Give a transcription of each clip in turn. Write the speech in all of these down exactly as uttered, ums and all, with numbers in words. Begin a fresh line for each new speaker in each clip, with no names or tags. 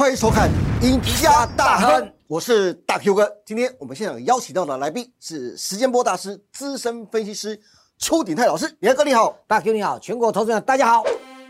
欢迎收看《赢家大亨》，我是大 Q 哥。今天我们现场邀请到的来宾是时间波大师、资深分析师邱鼎泰老师。鼎泰哥你好，
大 Q 你好，全国投资人大家好。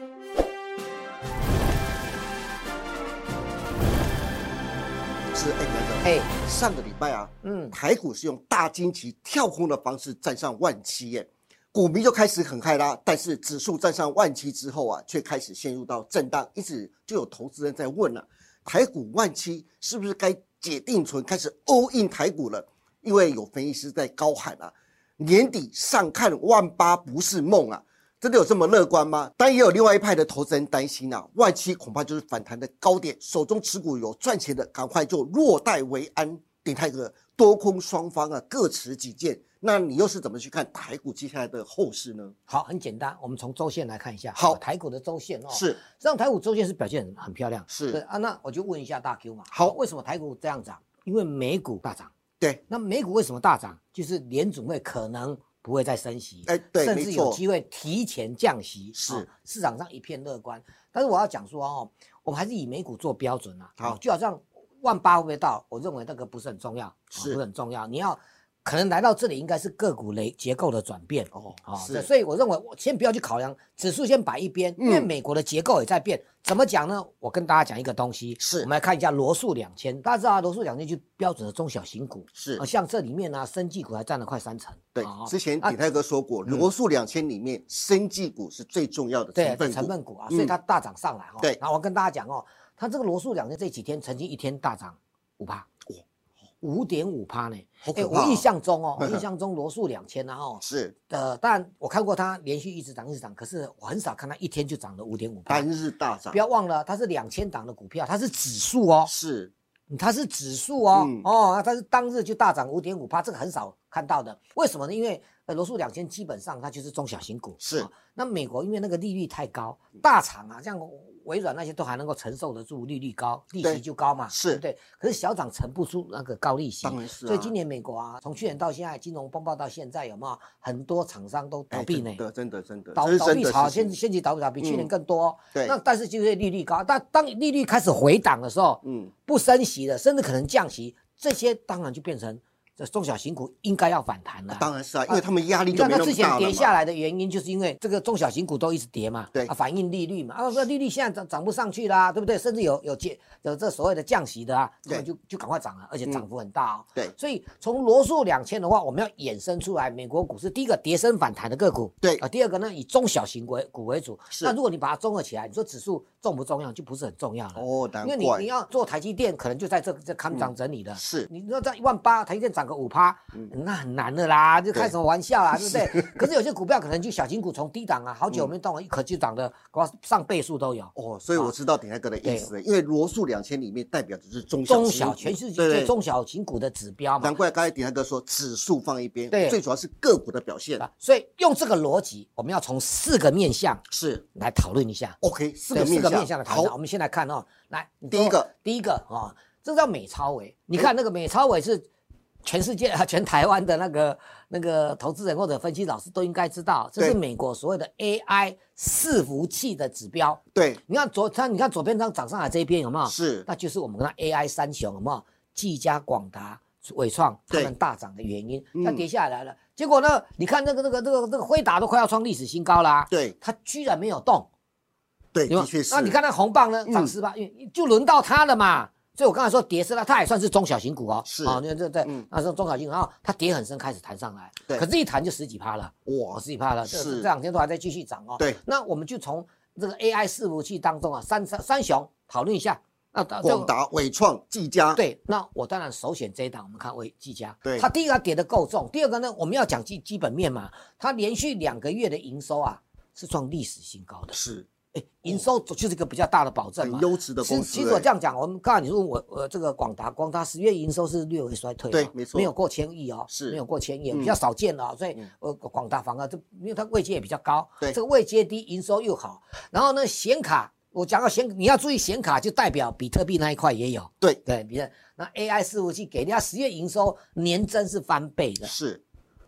是哎，鼎泰哥，
哎，
上个礼拜啊，
嗯，
台股是用大惊奇跳空的方式站上万七耶。股民就开始很嗨啦，但是指数站上万七之后啊，却开始陷入到震荡，因此就有投资人在问了、啊，台股万七是不是该解定存，开始 all in 台股了？因为有分析师在高喊啊，年底上看万八不是梦啊，真的有这么乐观吗？但也有另外一派的投资人担心啊，万七恐怕就是反弹的高点，手中持股有赚钱的，赶快就落袋为安。鼎泰哥，多空双方啊各持己见。那你又是怎么去看台股接下来的后市呢？
好，很简单，我们从周线来看一下。
好，
台股的周线哦，
是，
实际上台股周线是表现很很漂亮。
是
对啊，那我就问一下大 Q 嘛。
好，
为什么台股这样涨？因为美股大涨。
对，
那美股为什么大涨？就是联准会可能不会再升息，
哎，对，
甚至有机会提前降息。
是、
哦，市场上一片乐观。但是我要讲说哦，我们还是以美股做标准啊。
好，
哦、就好像万八会不会到？我认为那个不是很重要，
是、
哦、不是很重要。你要。可能来到这里应该是个股类结构的转变
哦，
哦，
是，
所以我认为我先不要去考量指数，先摆一边，因为美国的结构也在变。嗯、怎么讲呢？我跟大家讲一个东西，
是
我们来看一下罗素两千，大家知道啊，罗素两千就标准的中小型股，
是、
呃，像这里面呢、啊，生技股还占了快三成。
对，
哦、
之前鼎泰哥说过，罗、啊、素两千里面生技股是最重要的成分股，
对成分股啊，所以它大涨上来哈、哦。
对，
然后我跟大家讲哦，它这个罗素两千这几天曾经一天大涨五趴。五点五趴呢？哎、
欸，我
印象中哦，我印象中罗素两千然后
是
呃，当然我看过它连续一直涨一直涨，可是我很少看它一天就涨了五点五趴，
单日大涨。
不要忘了，它是两千档的股票，它是指数哦，
是，
它是指数哦，
嗯、
哦，它是当日就大涨五点五趴，这个很少看到的。为什么呢？因为呃，罗素两千基本上它就是中小型股，
是。
哦、那美国因为那个利率太高，大厂啊，像微软那些都还能够承受得住利率高，利息就高嘛，
是
对不对？可是小厂承不出那个高利息，
当然是、啊。
所以今年美国啊，从去年到现在，金融风暴到现在，有没有很多厂商都倒闭呢？
欸、真的，真的，真的，
倒倒闭潮，先先期倒闭潮比去年更多、哦
嗯。对。
那但是就是利率高，但当利率开始回档的时候，嗯，不升息了，甚至可能降息，这些当然就变成。这中小型股应该要反弹了、啊
啊，当然是啊，因为他们压力就没那么大了嘛。
你看它之前跌下来的原因，就是因为这个中小型股都一直跌嘛，
对，
啊，反映利率嘛，啊，那利率现在涨涨不上去啦，对不对？甚至有有接有这所谓的降息的啊，那么就就赶快涨了，而且涨幅很大哦。
嗯、对，
所以从罗素两千的话，我们要衍生出来美国股市第一个跌升反弹的个股，
对
啊，第二个呢以中小型为股为主。
是，
那如果你把它综合起来，你说指数重不重要，就不是很重要了
哦，难怪。
因为你你要做台积电，可能就在这这看涨整理的、嗯，
是。
你说在一万八，台积电涨个五趴。嗯那很难的啦，就开什么玩笑啦，对不对？可是有些股票可能就小型股从低档啊，好久没动了，一口气涨的上倍数都有。
哦，所以我知道鼎泰哥的意思了，因为罗素两千里面代表的是中小
中小全世界最中小型股的指标嘛。
难怪刚才鼎泰哥说指数放一边，
对，
最主要是个股的表现。
所以用这个逻辑，我们要从四个面向
是
来讨论一下。
OK， 四个面向，
四个面向的讨论。我们先来看哦，来
第一个，
第一个啊、哦，这叫美超微。你看那个美超微是。全世界啊，全台湾的那个那个投资人或者分析老师都应该知道，这是美国所谓的 A I 伺服器的指标。
对，
你看左它，你看左边张涨上来这一边有没有？
是，
那就是我们的 A I 三雄有没有？技嘉、广达、伟创他们大涨的原因。它跌下来了，嗯、结果呢？你看那个那个那个那个辉达都快要创历史新高啦、啊，
对，
它居然没有动。
对，的确是。
那你看那红棒呢，涨十八，因为就轮到它了嘛。所以我刚才说跌深了，它也算是中小型股哦。
是
啊，那这这
嗯，
那是中小型股，然后它跌很深，开始弹上来。
对，
可是一弹就十几趴了，哇，十几趴了。
是
这两天都还在继续涨哦。
对，
那我们就从这个 A I 伺服器当中啊，三三三雄讨论一下。那
广达、伟创、技嘉。
对，那我当然首选这一档，我们看为技嘉。
对，
它第一个它跌得够重，第二个呢，我们要讲基基本面嘛，它连续两个月的营收啊是创历史新高的。
是。
哎，营收就是一个比较大的保证嘛，
很优质的公司。
其实我这样讲，我们刚才你说我呃这个广达，广达十月营收是略微衰退，
对，没错，
没有过千亿哦，
是
没有过千亿，比较少见了、哦，所以、
嗯、
呃广达反而这因为它位阶也比较高，
对，
这个位阶低，营收又好，然后呢显卡，我讲到显，你要注意显卡就代表比特币那一块也有，
对
对，比如那 A I 伺服器给人家十月营收年增是翻倍的，
是。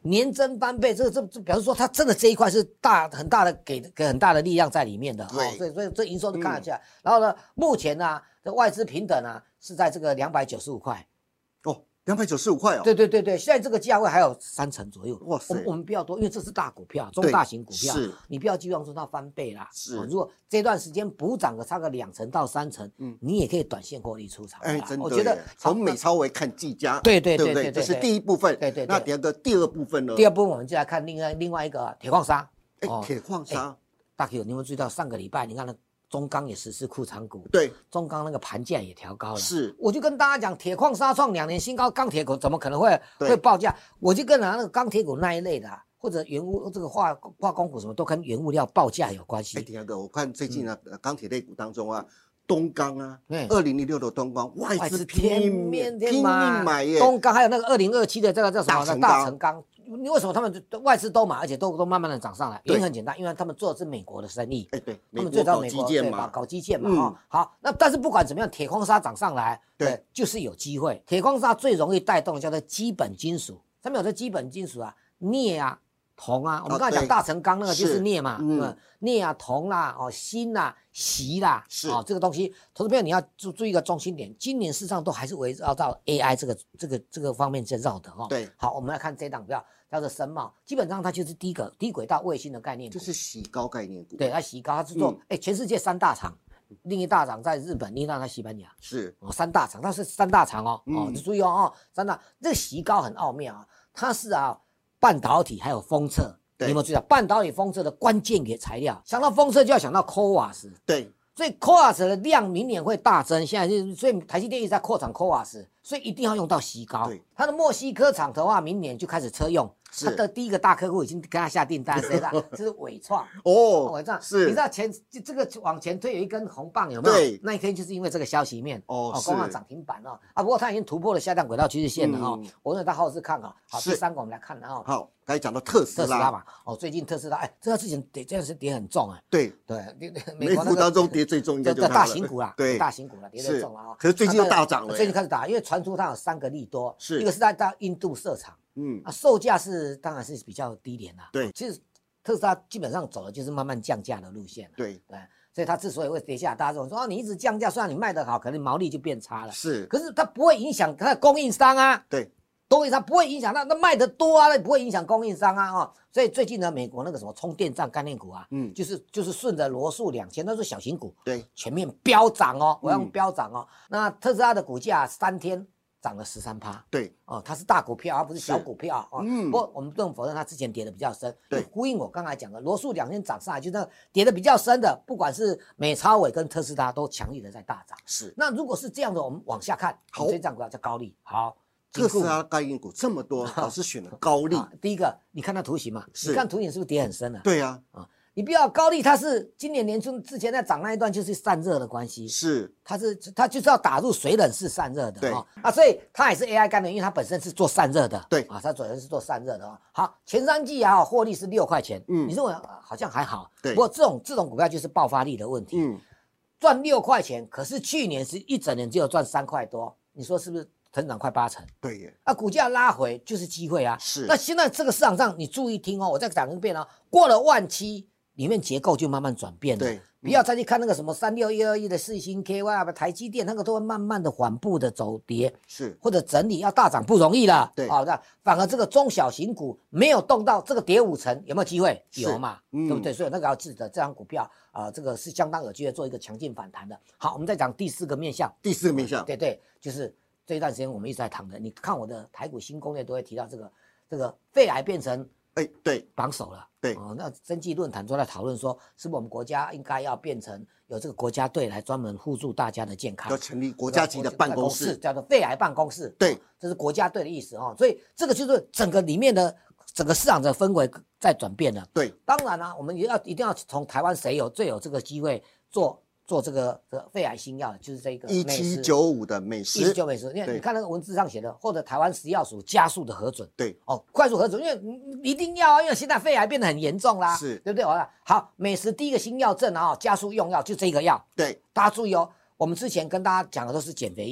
年增翻倍，这个这这表示说它真的这一块是大很大的给给很大的力量在里面的，
对，
哦、所以所以这营收都看得起来。嗯、然后呢，目前呢、啊，这外资平等啊是在这个两百九十五块，
哦。两百九十五块哦，
对对对对，现在这个价位还有三成左右。
哇塞，
我们我们不要多，因为这是大股票，中大型股票，
是，
你不要寄望说它翻倍啦。
是，
哦、如果这段时间补涨个差个两成到三成，嗯，你也可以短线获利出场。
哎，真的，
我觉得
从美超微看技嘉，
对对
对对对，这是第一部分。
对对，
那第二个第二部分呢？
第二部分我们就来看另外另外一个铁矿砂。
哎，铁矿砂，
大 Q， 你有没有注意到上个礼拜你看那？中钢也实施库藏股，
对，
中钢那个盘价也调高了，
是，
我就跟大家讲，铁矿砂创两年新高，钢铁股怎么可能会会报价？我就跟拿那个钢铁股那一类的、啊，或者原物这个化化工股什么都跟原物料报价有关系。
哎，第二个我看最近啊，嗯、钢铁类股当中啊，东钢啊，
嗯，
二零零六的东钢外资
拼
命拼命买耶，
东钢还有那个二零二七的这个叫什么
大成
大成钢。你为什么他们外资都买，而且都都慢慢的涨上来？原因很简单，因为他们做的是美国的生意。
哎，对，
他们最早美国对吧？搞基建嘛，哈、嗯。好，那但是不管怎么样，铁矿砂涨上来，
对，
对就是有机会。铁矿砂最容易带动的叫做基本金属，上面有的基本金属啊，镍啊、铜啊。我们刚才讲大成钢那个就是镍嘛，嗯，镍啊、铜啦、哦、锌啦、锡啦，
是
哦，这个东西，投资朋友你要注注意一个中心点，今年事实上都还是围绕到 A I 这个这个这个方面在绕的哈、哦。
对，
好，我们来看这档股票。叫做深茂，基本上它就是低轨低轨道卫星的概念股，
就是喜高概念股。
对，它喜高，它是做哎、嗯欸，全世界三大厂，另一大厂在日本，另一大厂在西班牙，
是
哦，三大厂，它是三大厂哦，
嗯、
哦，你注意哦，哦，三大这个喜高很奥妙啊，它是啊半导体还有封测，你有没有注意到半导体封测的关键原材料？想到封测就要想到 C O A S，
对。
所以 C O A S 的量明年会大增，现在就所以台积电一直在扩产 C O A S， 所以一定要用到锡高。它的墨西哥厂的话，明年就开始车用。他的第一个大客户已经跟他下订单，谁的？这是伟创
哦，
伟创
是。
你知道前这个往前推有一根红棒有没有？
对，
那一天就是因为这个消息面
哦，
哦，攻上涨停板哦啊，不过它已经突破了下降轨道趋势线了哦。嗯、我认为它后市看好。好，第三个我们来看了哦。
好，刚才讲到特斯拉，
特斯拉嘛，哦，最近特斯拉，哎，这个之前跌，这样是跌很重啊。
对
对，
美股当中跌最重应该就是
大型股啦，
对，
大型股啦，跌最重了啊。
可是最近又大涨了，
最近开始打，因为传出它有三个利多，
是
一个是在到印度设厂。嗯啊，售价是当然是比较低廉啦。
对，
其实特斯拉基本上走的就是慢慢降价的路线。
对
对，所以它之所以会跌下，大家说说、哦、你一直降价，虽然你卖得好，可能毛利就变差了。
是，
可是它不会影响它的供应商啊。
对，
供应商不会影响，那那卖得多啊，那不会影响供应商啊哦。所以最近呢，美国那个什么充电站概念股啊，嗯，就是就是顺着罗素两千，那是小型股，
对，
全面飙涨哦，我要用飙涨哦。嗯、那特斯拉的股价三天涨了十三趴，
对
哦，它是大股票，而不是小股票哦。嗯，不过我们不能否认它之前跌的比较深，
对，
呼应我刚才讲的，罗素两天涨上来，就那跌的比较深的，不管是美超伟跟特斯拉都强力的在大涨。
是，
那如果是这样的，我们往下看，好，这张股票叫高利，好。
特斯拉概念股这么多，老师选了高利。
第一个，你看它图形嘛，你看图形是不是跌很深了？
对呀，
啊，你不要高利，它是今年年初之前在涨那一段就是散热的关系，
是，
它是它就是要打入水冷式散热的，
对
啊，所以它也是 A I 概念，因为它本身是做散热的，
对
啊，它本身是做散热的啊。好，前三季啊，获利是六块钱，嗯，你认为好像还好，
对，
不过这种这种股票就是爆发力的问题，嗯，赚六块钱，可是去年是一整年只有赚三块多，你说是不是？成长快八成，
对耶，
啊，股价拉回就是机会啊。
是，
那现在这个市场上，你注意听哦，我再讲一遍哦，过了万七，里面结构就慢慢转变了。
对，
不要再去看那个什么三六一二一的世芯 K Y 啊，台积电那个都会慢慢的缓步的走跌，
是，
或者整理要大涨不容易了。
对，
好、哦，那反而这个中小型股没有动到这个跌五成，有没有机会？有嘛，嗯、对不对？所以那个要记得，这张股票啊、呃，这个是相当有机会做一个强劲反弹的。好，我们再讲第四个面向。
第四个面向，
对对，就是。这一段时间我们一直在谈的，你看我的台股新攻略都会提到这个，这个肺癌变成
哎对
榜首了，
对
哦，那经济论坛都在讨论说，是不是我们国家应该要变成有这个国家队来专门护助大家的健康，
要成立国家级的办公室，
叫做肺癌办公室，
对，
这是国家队的意思哦，所以这个就是整个里面的整个市场的氛围在转变了，
对，
当然啦、啊，我们也要一定要从台湾谁有最有这个机会做。做这个这个肺癌新药，就是这个
一七九五的美食，
一七九美食，因为你看那个文字上写的，或者台湾食药署加速的核准，
对，
哦，快速核准，因为一定要啊，因为现在肺癌变得很严重啦，
是，
对不对？好，美食第一个新药证啊，加速用药就这个药，
对，
大家注意哦，我们之前跟大家讲的都是减肥药，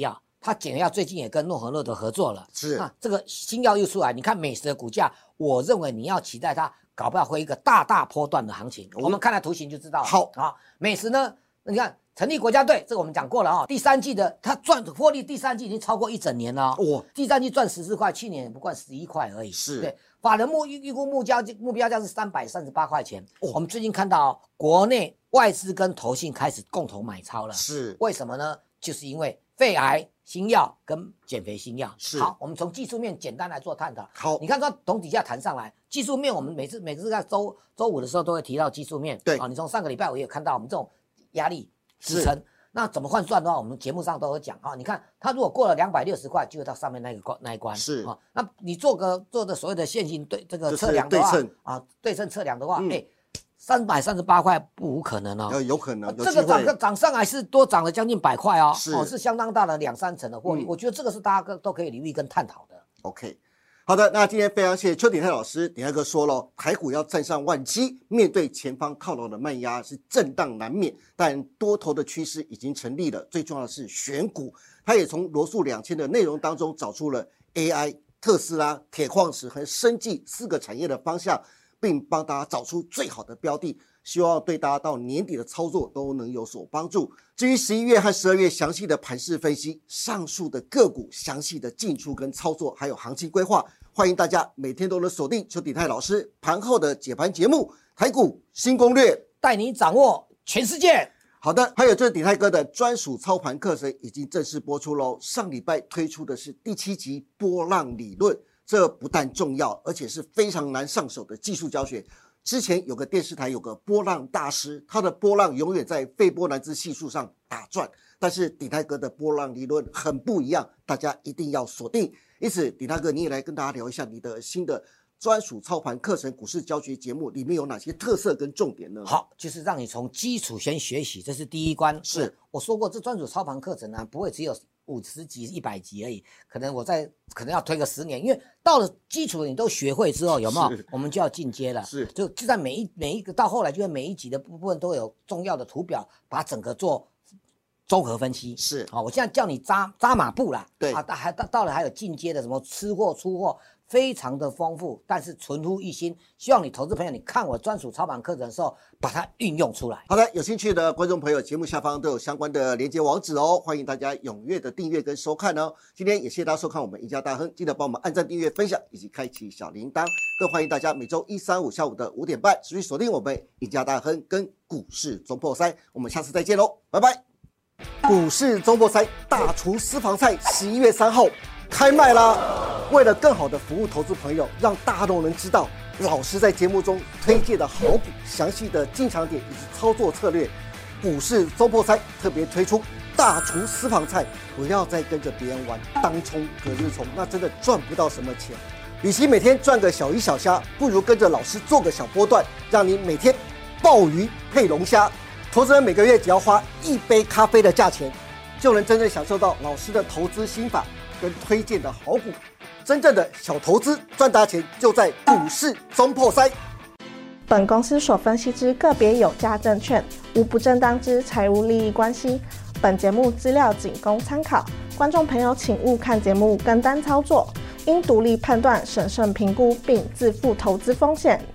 它减肥药最近也跟诺和诺德合作了，
是
啊，这个新药又出来，你看美食的股价，我认为你要期待它搞不好会一个大大波段的行情。哦、我们看了图形就知道了。
好
啊，美食呢，你看成立国家队，这个我们讲过了啊、哦，第三季的它赚获利，第三季已经超过一整年了、哦。哇、哦，第三季赚十四块，去年也不过十一块而已。
是，
对，法人目预估目标目标价是三百三十八块钱。哦、我们最近看到、哦、国内外资跟投信开始共同买超了。
是，
为什么呢？就是因为肺癌新药跟减肥新药。
是，
好，我们从技术面简单来做探讨。
好，
你看它从底下弹上来，技术面我们每次每次在周周五的时候都会提到技术面。
对，
啊，你从上个礼拜我也有看到我们这种压力支撑。那怎么换算的话，我们节目上都有讲啊。你看，它如果过了两百六十块，就会到上面那个关那一关。
是
啊，那你做个做的所谓的线性对这个测量的话，
对称
啊，对称测量的话，哎、嗯，三百三十八块不无可能哦。
有有可能，有
这个涨涨上来是多涨了将近百块哦，
是
哦，是相当大的两三成的获利、嗯。我觉得这个是大家都可以留意跟探讨的。
OK。好的，那今天非常谢谢邱鼎泰老师。鼎泰哥说了，台股要站上万七，面对前方靠拢的慢压是震荡难免，但多头的趋势已经成立了。最重要的是选股，他也从罗素两千的内容当中找出了 A I、特斯拉、铁矿石和生技四个产业的方向，并帮大家找出最好的标的。希望对大家到年底的操作都能有所帮助。至于十一月和十二月详细的盘势分析，上述的个股详细的进出跟操作，还有行情规划，欢迎大家每天都能锁定邱鼎泰老师盘后的解盘节目《台股新攻略》，
带你掌握全世界。
好的，还有这鼎泰哥的专属操盘课程已经正式播出喽。上礼拜推出的是第七集波浪理论，这不但重要，而且是非常难上手的技术教学。之前有个电视台有个波浪大师，他的波浪永远在费波那兹系数上打转，但是鼎泰哥的波浪理论很不一样，大家一定要锁定。因此鼎泰哥你也来跟大家聊一下你的新的专属操盘课程股市教学节目里面有哪些特色跟重点呢？
好，就是让你从基础先学习，这是第一关。
是
我说过，这专属操盘课程呢，不会只有五十集、一百集而已，可能我在可能要推个十年，因为到了基础你都学会之后，有没有？我们就要进阶了。
是，
就就在每一每一个到后来，就会每一集的部分都有重要的图表，把整个做综合分析。
是，
好、哦，我现在叫你扎扎马步啦。
对
啊，到还到到了还有进阶的什么吃货出货。非常的丰富，但是存乎一心，希望你投资朋友，你看我专属操盘课程的时候，把它运用出来。
好的，有兴趣的观众朋友，节目下方都有相关的连结网址哦，欢迎大家踊跃的订阅跟收看哦。今天也谢谢大家收看我们赢家大亨，记得帮我们按赞、订阅、分享以及开启小铃铛，更欢迎大家每周一、三、五下午的五点半持续锁定我们赢家大亨跟股市中破塞，我们下次再见喽，拜拜。股市中破塞大厨私房菜十一月三号开卖啦！为了更好的服务投资朋友，让大家都能知道老师在节目中推荐的好股、详细的进场点以及操作策略，股市周破塞特别推出大厨私房菜，不要再跟着别人玩当冲、隔日冲，那真的赚不到什么钱。与其每天赚个小鱼小虾，不如跟着老师做个小波段，让你每天鲍鱼配龙虾。投资人每个月只要花一杯咖啡的价钱，就能真正享受到老师的投资心法跟推荐的好股。真正的小投资赚大钱，就在股市中破塞。
本公司所分析之个别有价证券，无不正当之财务利益关系。本节目资料仅供参考，观众朋友请勿看节目跟单操作，应独立判断、审慎评估并自负投资风险。